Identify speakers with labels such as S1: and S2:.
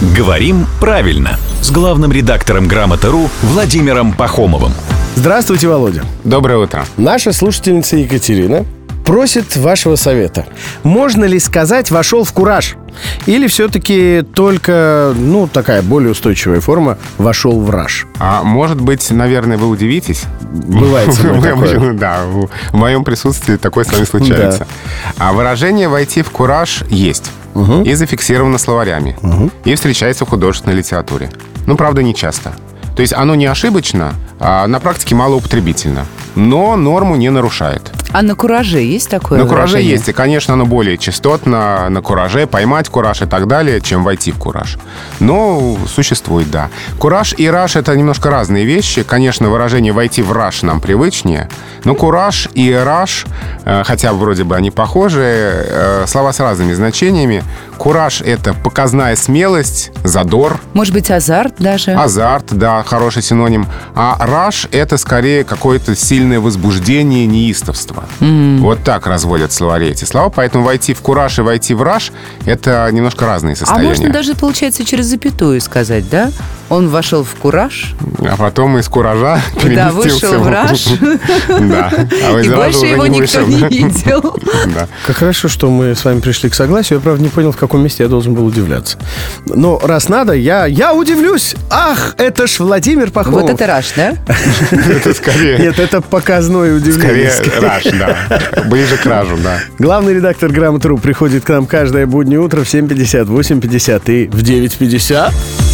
S1: Говорим правильно с главным редактором Грамоты.ру Владимиром Пахомовым.
S2: Здравствуйте, Володя.
S3: Доброе утро.
S2: Наша слушательница Екатерина просит вашего совета. Можно ли сказать «вошел в кураж»? Или все-таки только, такая более устойчивая форма «вошел в раж»?
S3: А может быть, наверное, вы удивитесь?
S2: Бывает со мной такое.
S3: Да, в моем присутствии такое с вами случается. А выражение «войти в кураж» есть. И зафиксировано словарями. И встречается в художественной литературе. Правда, не часто. То есть оно не ошибочно, а на практике малоупотребительно. Но норму не нарушает.
S4: А на кураже есть такое
S3: На кураже
S4: выражение?
S3: есть, и, конечно, оно более частотно на кураже, поймать кураж и так далее, чем войти в кураж. Но существует, да. Кураж и раж — это немножко разные вещи. Конечно, выражение «войти в раж» нам привычнее, но кураж и раж, хотя вроде бы они похожи, слова с разными значениями. Кураж — это показная смелость, задор.
S4: Может быть, азарт даже?
S3: Азарт, да, хороший синоним. А раж — это скорее какое-то сильное возбуждение, неистовство. Вот так разводят словари эти слова. Поэтому войти в кураж и войти в раж — это немножко разные состояния.
S4: А можно даже, получается, через запятую сказать, да? Он вошел в кураж.
S3: А потом из куража переместился
S4: вышел в раж.
S3: Да.
S4: И больше его никто не видел.
S2: Как хорошо, что мы с вами пришли к согласию. Я, правда, не понял, в каком месте я должен был удивляться. Но раз надо, я удивлюсь. Ах, это ж Владимир Пахомов.
S4: Вот это раж, да?
S3: Это скорее...
S2: Нет, это показное удивление.
S3: Скорее раж, да. Ближе к ражу, да.
S2: Главный редактор Грамоты.ру приходит к нам каждое буднее утро в 7:50, 8:50 и в 9:50.